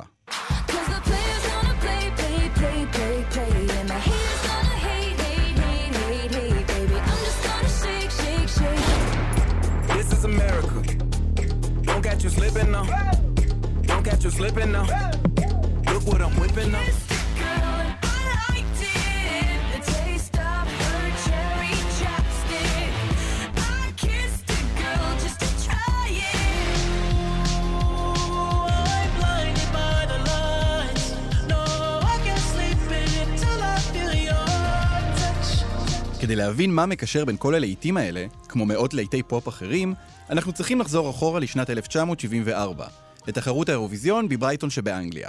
You slipping now. Don't catch you slipping now. Look what I'm whipping now. I liked it. The taste of her cherry chapstick. I kissed a girl just to try it. I'm blinded by the lights. No, I can't sleep until I feel your touch. כדי להבין מה מקשר בין כל הלהיטים האלה, כמו מאות להיטי פופ אחרים, אנחנו צריכים לחזור אחורה לשנת אלף תשע מאות שבעים וארבע, לתחרות האירוויזיון בברייטון שבאנגליה.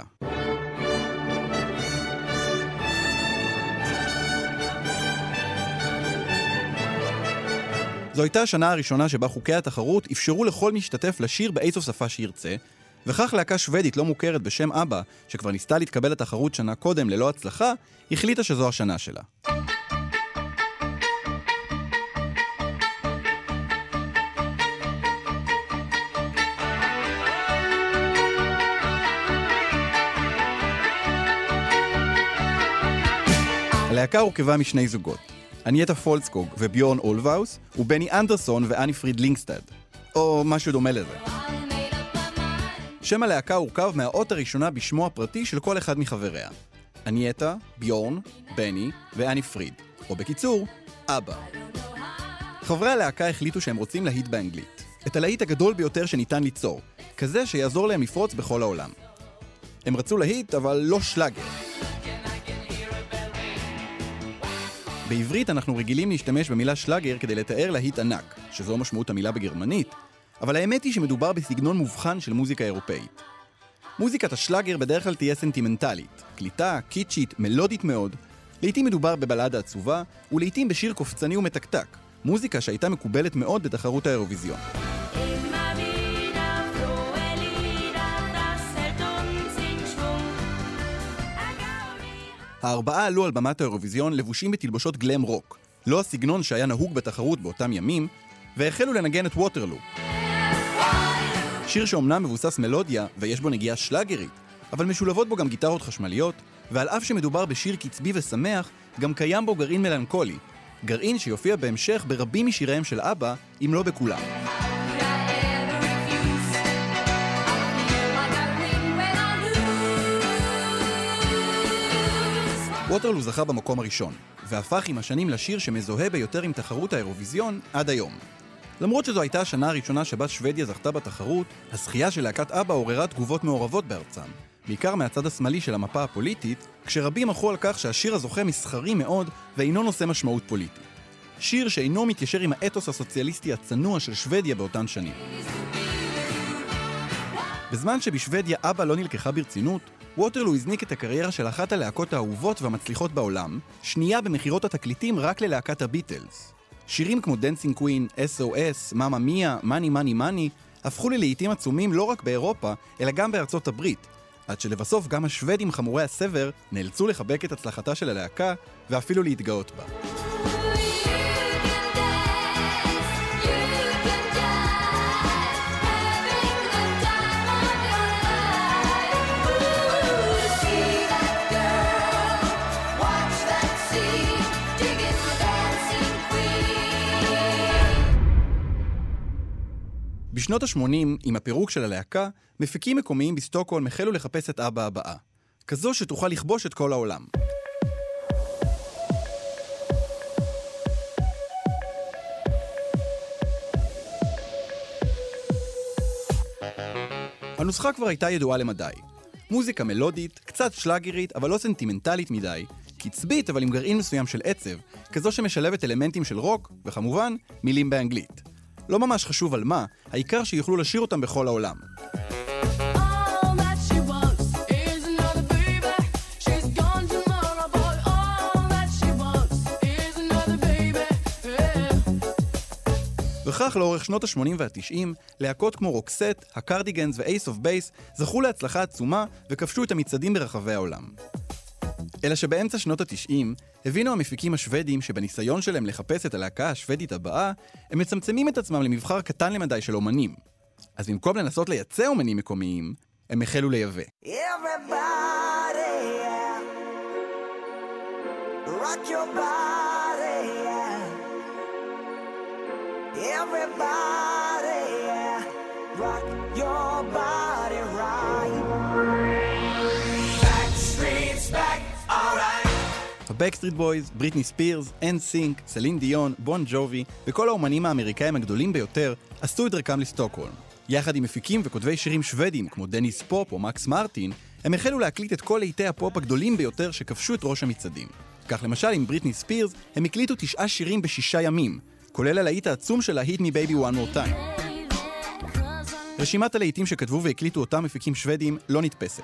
זו הייתה השנה הראשונה שבה חוקי התחרות אפשרו לכל משתתף לשיר באיזו שפה שירצה, וכך להקה שוודית לא מוכרת בשם אבא, שכבר ניסתה להתקבל לתחרות שנה קודם ללא הצלחה, החליטה שזו השנה שלה. הלהקה הורכבה משני זוגות, אנייטה פולצקוג וביורן אולבאוס, ובני אנדרסון ואני פריד לינגסטד. או משהו דומה לזה. שם הלהקה הורכב מהאות הראשונה בשמו הפרטי של כל אחד מחבריה. אנייטה, ביורן, בני ואני פריד, או בקיצור, אבא. חברי הלהקה החליטו שהם רוצים להיט באנגלית, את הלהיט הגדול ביותר שניתן ליצור, כזה שיעזור להם לפרוץ בכל העולם. הם רצו להיט, אבל לא שלאגר. בעברית אנחנו רגילים להשתמש במילה שלאגר כדי לתאר להיט ענק, שזו משמעות המילה בגרמנית, אבל האמת היא שמדובר בסגנון מובחן של מוזיקה אירופאית. מוזיקת השלאגר בדרך כלל תהיה סנטימנטלית, קליטה, קיצ'ית, מלודית מאוד. לעתים מדובר בבלדה עצובה, ולעתים בשיר קופצני ומתקתק, מוזיקה שהייתה מקובלת מאוד בתחרות האירוויזיון. הארבעה עלו על במת האירוויזיון לבושים בתלבושות גלם רוק, לא הסגנון שהיה נהוג בתחרות באותם ימים, והחלו לנגן את ווטרלו. שיר שאומנם מבוסס מלודיה ויש בו נגיעה שלאגרית, אבל משולבות בו גם גיטרות חשמליות, ועל אף שמדובר בשיר קצבי ושמח, גם קיים בו גרעין מלנכולי, גרעין שיופיע בהמשך ברבים משיריהם של אבא, אם לא בכולם. ווטרלו זכה במקום הראשון, והפך עם השנים לשיר שמזוהה ביותר עם תחרות האירוויזיון עד היום. למרות שזו הייתה השנה הראשונה שבה שוודיה זכתה בתחרות, הזכייה של להקת אבא עוררה תגובות מעורבות בארצם, בעיקר מהצד השמאלי של המפה הפוליטית, כשרבים אחו על כך שהשיר הזוכה מסחרי מאוד ואינו נושא משמעות פוליטית. שיר שאינו מתיישר עם האתוס הסוציאליסטי הצנוע של שוודיה באותן שנים. בזמן שבשוודיה אבא לא נלקחה ברצינות, ווטרלו הזניק את הקריירה של אחת הלהקות האהובות והמצליחות בעולם, שנייה במחירות התקליטים רק ללהקת הביטלס. שירים כמו דנסינג קווין, אס או אס, מאמה מיה, מאני מאני מאני, הפכו ללעיתים עצומים לא רק באירופה, אלא גם בארצות הברית, עד שלבסוף גם השוודים חמורי הסבר נאלצו לחבק את הצלחתה של הלהקה ואפילו להתגאות בה. בשנות ה-שמונים, עם הפירוק של הלהקה, מפיקים מקומיים בסטוקהולם החלו לחפש את אבא הבאה, כזו שתוכל לכבוש את כל העולם. הנוסחה כבר הייתה ידועה למדי. מוזיקה מלודית, קצת שלאגרית, אבל לא סנטימנטלית מדי, קצבית אבל עם גרעין מסוים של עצב, כזו שמשלבת אלמנטים של רוק, וכמובן, מילים באנגלית. לא ממש חשוב על מה, העיקר שיוכלו לשיר אותם בכל העולם. וכך לאורך שנות ה-שמונים וה-תשעים, להקות כמו רוקסט, הקרדיגנס ואייס אוף בייס זכו להצלחה עצומה וכבשו את המצעדים ברחבי העולם. אלא שבאמצע שנות ה-תשעים הבינו המפיקים השוודים שבניסיון שלהם לחפש את הלהקה השוודית הבאה, הם מצמצמים את עצמם למבחר קטן למדי של אומנים. אז במקום לנסות לייצא אומנים מקומיים, הם החלו לייבא. Everybody, yeah. Rock your body, yeah. Everybody, yeah. Rock your body right. Backstreet's back, alright. הבקסטריט בויז, בריטני ספירס, אין סינק, סלין דיון, בון ג'ובי וכל האומנים האמריקאים הגדולים ביותר עשו את דרכם לסטוקהולם. יחד עם מפיקים וכותבי שירים שוודים כמו דניס פופ או מקס מרטין, הם החלו להקליט את כל להיטי הפופ הגדולים ביותר שכבשו את ראש המצעדים. כך למשל עם בריטני ספירס הם הקליטו תשעה שירים בשישה ימים, כולל הלהיט העצום של ה-Hit Me Baby One More Time. רשימת הלהיטים שכתבו והקליטו אותם מפיקים שוודים לא נתפסת.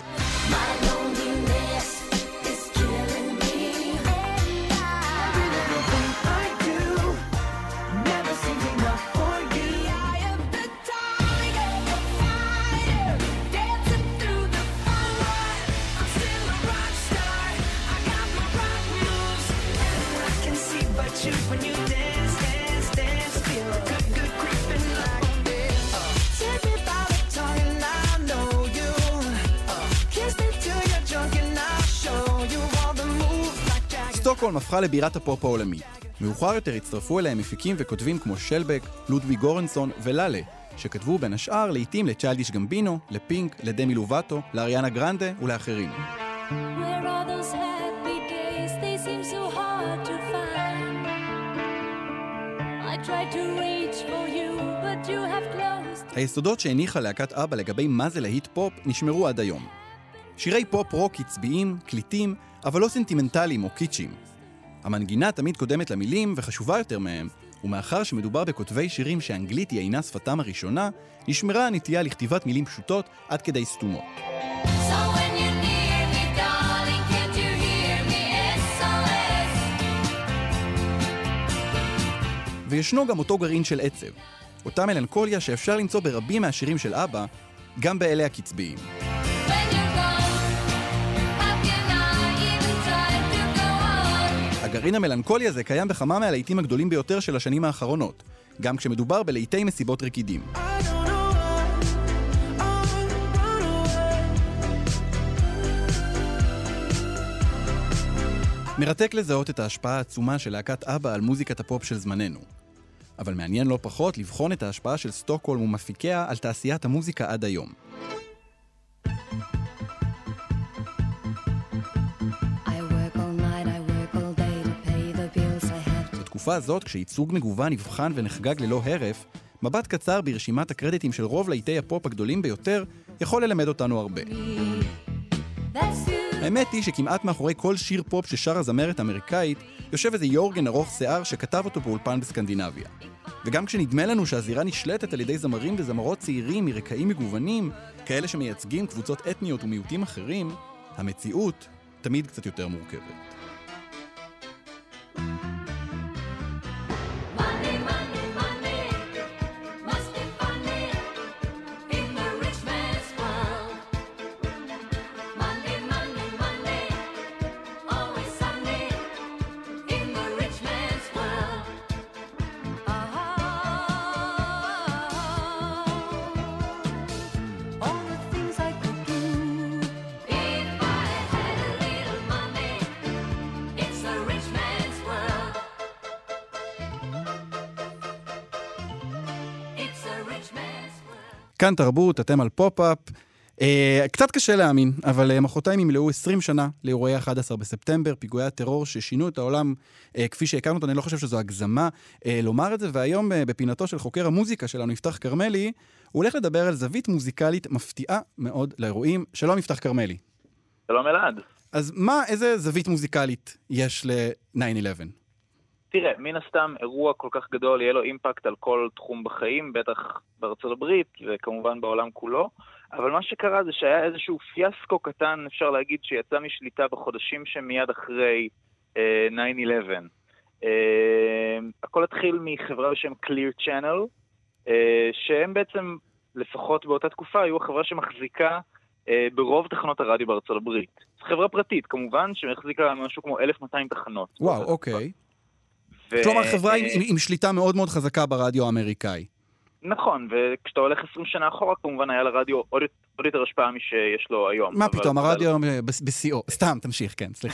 סטוקהולם הפכה לבירת הפופ העולמית. מאוחר יותר הצטרפו אליהם מפיקים וכותבים כמו שלבק, לודוויג גורנסון ולאלה, שכתבו בין השאר לעיתים לצ'יילדיש גמבינו, לפינק, לדמי לובטו, לאריאנה גרנדה ולאחרים. Where are those happy days? They seem so hard to find. I tried to reach for you, but you have closed. היסודות שהניחה להקת אבא לגבי מה זה להיט פופ נשמרו עד היום. שירי פופ רוק עצביים, קליטים, אבל לא סנטימנטליים או קיצ'ים. המנגינה תמיד קודמת למילים וחשובה יותר מהם, ומאחר שמדובר בכותבי שירים שאנגלית היא אינה שפתם הראשונה, נשמרה הנטייה לכתיבת מילים פשוטות עד כדי סתומות. So when you're near me, darling, can't you hear me? S O S. וישנו גם אותו גרעין של עצב, אותה מלנכוליה שאפשר למצוא ברבים מהשירים של אבא, גם באלה הקצביים. When you're gone, how can I even try to go on? הגרעין המלנכולי הזה קיים בכמה מהלהיטים הגדולים ביותר של השנים האחרונות, גם כשמדובר בלהיטי מסיבות רקידים. מרתק לזהות את ההשפעה העצומה של להקת אבא על מוזיקת הפופ של זמננו. אבל מעניין לא פחות לבחון את ההשפעה של סטוקהולם ומפיקיה על תעשיית המוזיקה עד היום. I work all night, I work all day to pay the bills I have to. בתקופה הזאת, כשייצוג מגוון נבחן ונחגג ללא הרף, מבט קצר ברשימת הקרדיטים של רוב להיטי הפופ הגדולים ביותר יכול ללמד אותנו הרבה. That's you. האמת היא שכמעט מאחורי כל שיר פופ ששר הזמרת האמריקאית, יושב איזה יורגן ארוך שיער שכתב אותו באולפן בסקנדינביה. וגם כשנדמה לנו שהזירה נשלטת על ידי זמרים וזמרות צעירים מרקעים מגוונים, כאלה שמייצגים קבוצות אתניות ומיעוטים אחרים, המציאות תמיד קצת יותר מורכבת. Money, money, money, must be funny in the rich man's world. Money, money, money, always sunny in the rich man's world. Ah, all the things I could do if I had a little money. It's a rich man's world. It's a rich man's world. כאן תרבות, אתם על פופ-אפ. אה, קצת קשה להאמין, אבל אה, מחרתיים ימלאו עשרים שנה לאירועי אחד עשר בספטמבר, פיגועי הטרור ששינו את העולם אה, כפי שהכרנו אותו. אני לא חושב שזו הגזמה אה, לומר את זה, והיום אה, בפינתו של חוקר המוזיקה שלנו, יפתח כרמלי, הוא הולך לדבר על זווית מוזיקלית מפתיעה מאוד לאירועים. שלום יפתח כרמלי. שלום אלעד. אז מה, איזה זווית מוזיקלית יש ל-תשע אחת עשרה? תראה, מן הסתם אירוע כל כך גדול יהיה לו אימפקט על כל תחום בחיים, בטח בארצות הברית וכמובן בעולם כולו, אבל מה שקרה זה שהיה איזשהו פיאסקו קטן, אפשר להגיד, שיצא משליטה בחודשים שמיד אחרי אה, תשע אחת עשרה. אה, הכל התחיל מחברה בשם Clear Channel, אה, שהם בעצם, לפחות באותה תקופה, היו החברה שמחזיקה אה, ברוב תחנות הרדיו בארצות הברית. זו חברה פרטית, כמובן, שמחזיקה משהו כמו אלף ומאתיים תחנות. וואו, אוקיי. ו- כלומר, חברה עם, אה, עם, עם שליטה מאוד מאוד חזקה ברדיו האמריקאי. נכון, וכשאתה הולך עשרים שנה אחורה, כמובן היה לרדיו עוד, עוד יותר השפעה משיש לו היום. מה אבל- פתאום, אבל- הרדיו בס- בשיאו. סתם, תמשיך, כן, סליחה.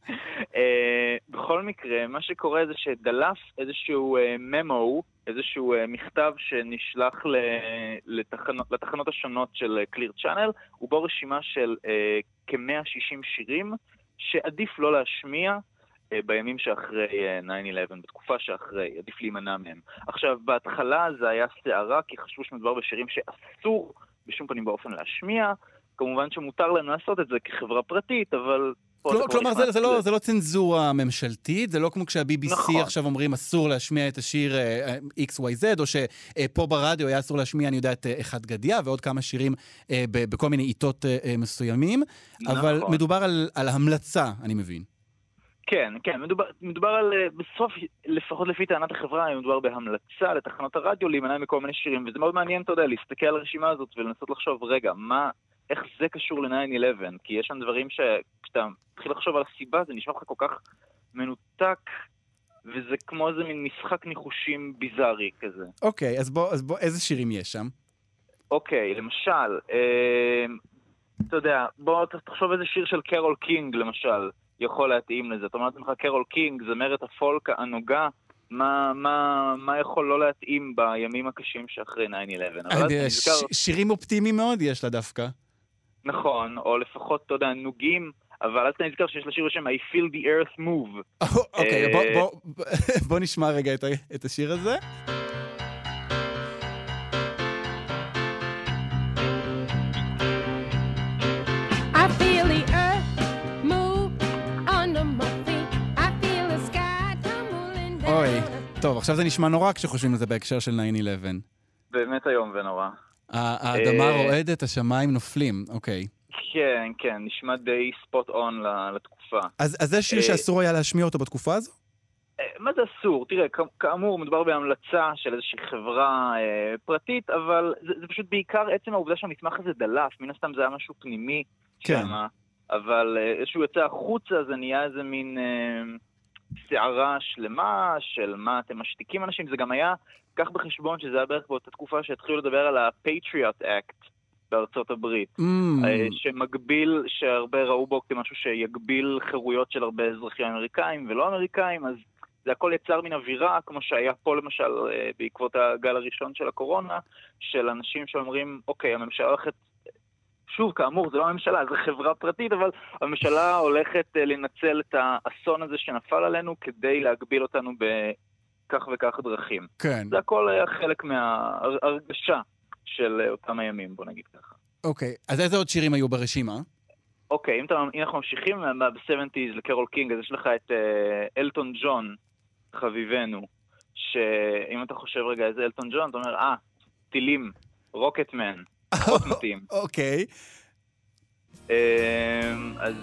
אה, בכל מקרה, מה שקורה זה שדלף איזשהו אה, ממו, איזשהו אה, מכתב שנשלח ל- לתחנות, לתחנות השונות של אה, Clear Channel, ובו רשימה של אה, כ-מאה ושישים שירים שעדיף לא להשמיע אה, בימים שאחרי אה, תשע אחת עשרה, בתקופה שאחרי, עדיף להימנע מהם. עכשיו, בהתחלה זה היה סערה, כי חשבו שמדובר בשירים שאסור בשום פנים באופן להשמיע. כמובן שמותר להם לעשות את זה כחברה פרטית, אבל... פה זה כל- כבר כלומר, נכנס זה, זה, לא, ל- זה לא צנזורה ממשלתית, זה לא כמו כשה-בי בי סי נכון. עכשיו אומרים אסור להשמיע את השיר אה, אה, אקס וואי זד, או שפה ברדיו היה אסור להשמיע, אני יודעת, אה, אחד גדיה, ועוד כמה שירים אה, ב- בכל מיני עיתות אה, אה, מסוימים, אבל נכון. מדובר על, על המלצה, אני מבין. כן, כן, מדובר, מדובר על, אה, בסוף, לפחות לפי טענת החברה, מדובר בהמלצה לתחנות הרדיו להימנע מכל מיני שירים, וזה מאוד מעניין, אתה יודע, להסתכל על הרשימה הזאת ולנסות לחשוב, רגע, מה, איך זה קשור ל-תשע אחת עשרה? כי יש שם דברים שכשאתה מתחיל לחשוב על הסיבה, זה נשמע לך כל כך מנותק, וזה כמו איזה מין משחק ניחושים ביזארי כזה. אוקיי, אז בוא, אז בוא, איזה שירים יש שם? אוקיי, למשל, אה, אתה יודע, בוא תחשוב איזה שיר של קרול קינג, למשל, יכול להתאים לזה. אתה אומר לעצמך, קרול קינג, זמרת הפולק הנוגה מה, מה, מה יכול לא להתאים בימים הקשים שאחרי נאין אלבן. אבל אז אני ש- נזכר, שירים אופטימיים מאוד יש לה דווקא. נכון, או לפחות, אתה יודע, נוגים, אבל אז אתה נזכר שיש לה שיר בשם I feel the earth move. אוקיי, אה, בוא- בוא- בוא נשמע רגע את ה- את השיר הזה. I feel the earth move under my feet. I feel the sky tumbling down. אוי, טוב, עכשיו זה נשמע נורא כשחושבים על זה בהקשר של נאין אלבן. באמת איום ונורא. האדמה אה, רועדת, השמיים נופלים, אוקיי. כן, כן, נשמע די ספוט און לתקופה. אז אז זה שיר אה, שאסור היה להשמיע אותו בתקופה הזו? אה, מה זה אסור? תראה, כ- כאמור, מדובר בהמלצה של איזושהי חברה אה, פרטית, אבל זה, זה פשוט בעיקר עצם העובדה שהמסמך הזה דלף, מן הסתם זה היה משהו פנימי כן. שמה, אבל אה, איזשהו יצא החוצה, זה נהיה איזה מין אה, סערה שלמה של מה אתם משתיקים אנשים, זה גם היה, קח בחשבון שזה היה בערך באותה תקופה שהתחילו לדבר על ה-Patriot Act בארצות הברית. Mm, אה, שמגביל, שהרבה ראו בו כמשהו שיגביל חירויות של הרבה אזרחים אמריקאים ולא אמריקאים, אז זה הכל יצר מן אווירה, כמו שהיה פה למשל אה, בעקבות הגל הראשון של הקורונה, של אנשים שאומרים, אוקיי, הממשלה הולכת, שוב, כאמור, זה לא הממשלה, זה חברה פרטית, אבל הממשלה הולכת אה, לנצל את האסון הזה שנפל עלינו כדי להגביל אותנו בכך וכך דרכים. כן. זה הכל היה חלק מההרגשה של אה, אותם הימים, בוא נגיד ככה. אוקיי, אז איזה עוד שירים היו ברשימה? אוקיי, אם, אתה, אם אנחנו ממשיכים ב-שבעים לקרול קינג, אז יש לך את אה, אלטון ג'ון, חביבנו, שאם אתה חושב רגע איזה אלטון ג'ון, אתה אומר, אה, טילים, רוקטמן, פחות מתאים. אוקיי. אה, אז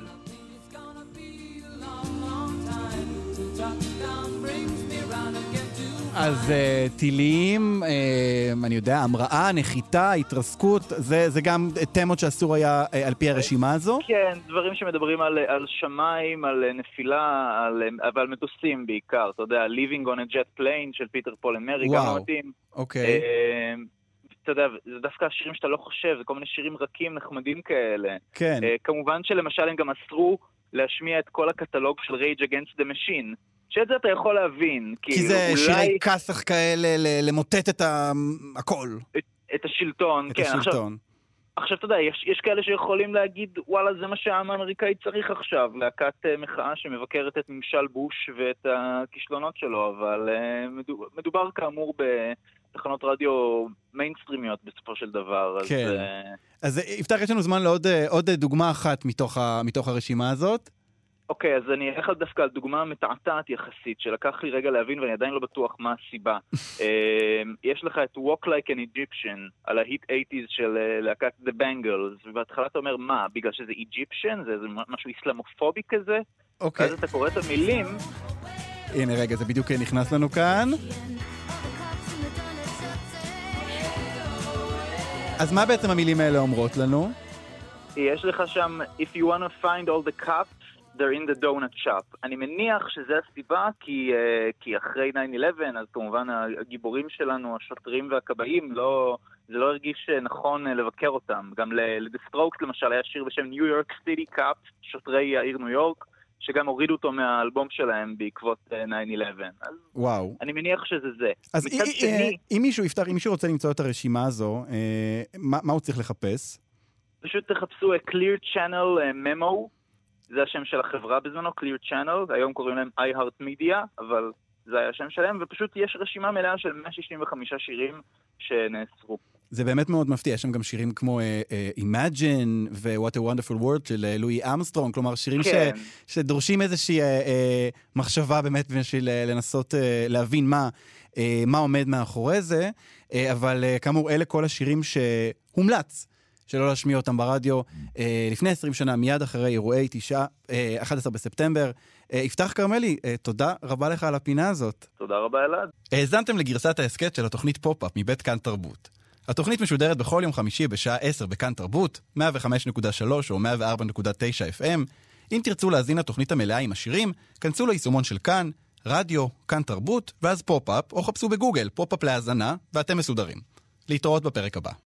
אז אה, טילים, אה, אני יודע, המראה, נחיתה, התרסקות, זה זה גם תמות שאסור היה אה, על פי הרשימה הזו? כן, דברים שמדברים על, על שמיים, על נפילה, על, אבל מטוסים בעיקר, אתה יודע, Living on a Jet Plane של פיטר פול אמרי, גם וואו. מתאים. אוקיי. אה, אתה יודע, זה דווקא השירים שאתה לא חושב, זה כל מיני שירים רכים, נחמדים כאלה. כן. Uh, כמובן שלמשל הם גם אסרו להשמיע את כל הקטלוג של Rage Against the Machine, שאת זה אתה יכול להבין. כי זה אולי שירי כסח כאלה, ל- למוטט את ה- הכל. את, את השלטון. את כן, עכשיו, השלטון. עכשיו אתה יודע, יש, יש כאלה שיכולים להגיד, וואלה, זה מה שהעם האמריקאי צריך עכשיו, להקת uh, מחאה שמבקרת את ממשל בוש ואת הכישלונות שלו, אבל uh, מדובר, מדובר כאמור בתחנות רדיו מיינסטרימיות בסופו של דבר. כן. אז, uh, אז אה, יפתח, יש לנו זמן לעוד אה, עוד דוגמה אחת מתוך ה- מתוך הרשימה הזאת. אוקיי, אז אני אלך דווקא על דוגמה מתעתעת יחסית, שלקח לי רגע להבין ואני עדיין לא בטוח מה הסיבה. יש לך את Walk Like an Egyptian, על ה-hit שמונים של אה, להקת The Bangles, ובהתחלה אתה אומר, מה, בגלל שזה Egyptian? זה איזה משהו איסלאמופובי כזה? אוקיי. אז אתה קורא את המילים, הנה רגע, זה בדיוק נכנס לנו כאן. אז מה בעצם המילים האלה אומרות לנו? יש לך שם, If you want to find all the cups, they're in the donut shop. אני מניח שזה הסיבה, כי, uh, כי אחרי נאין אלבן, אז כמובן הגיבורים שלנו, השוטרים והכבאים, לא, זה לא הרגיש נכון uh, לבקר אותם. גם ל-The Strokes למשל היה שיר בשם New York City Cups, שוטרי העיר ניו יורק, שגם הורידו אותו מהאלבום שלהם בעקבות uh, נאין אלבן. אז וואו. אני מניח שזה זה. אז מצד אי- שני, אה, אם מישהו יפתח, אם מישהו רוצה למצוא את הרשימה הזו, אה, מה מה הוא צריך לחפש? פשוט תחפשו uh, Clear Channel uh, Memo, זה השם של החברה בזמנו, Clear Channel, היום קוראים להם iHeartMedia, אבל זה היה השם שלהם, ופשוט יש רשימה מלאה של מאה שישים וחמישה שירים שנאסרו. זה באמת מאוד מפתיע, יש שם גם שירים כמו אה, אה, Imagine ו-What a Wonderful World של אה, לואי אמסטרונג, כלומר שירים כן. ש, שדורשים איזושהי אה, אה, מחשבה באמת בשביל אה, לנסות אה, להבין מה, אה, מה עומד מאחורי זה, אה, אבל אה, כאמור אלה כל השירים שהומלץ שלא להשמיע אותם ברדיו אה, לפני עשרים שנה, מיד אחרי אירועי תשעה, אה, אחד עשר בספטמבר. אה, יפתח כרמלי, אה, תודה רבה לך על הפינה הזאת. תודה רבה אלעד. האזנתם לגרסת ההסקט של התוכנית פופ-אפ מבית כאן תרבות. התוכנית משודרת בכל יום חמישי בשעה עשר בכאן תרבות, מאה וחמש נקודה שלוש או מאה וארבע נקודה תשע אף אם. אם תרצו להזין לתוכנית המלאה עם השירים, כנסו ליישומון של כאן, רדיו, כאן תרבות, ואז פופ-אפ, או חפשו בגוגל פופ-אפ להאזנה, ואתם מסודרים. להתראות בפרק הבא.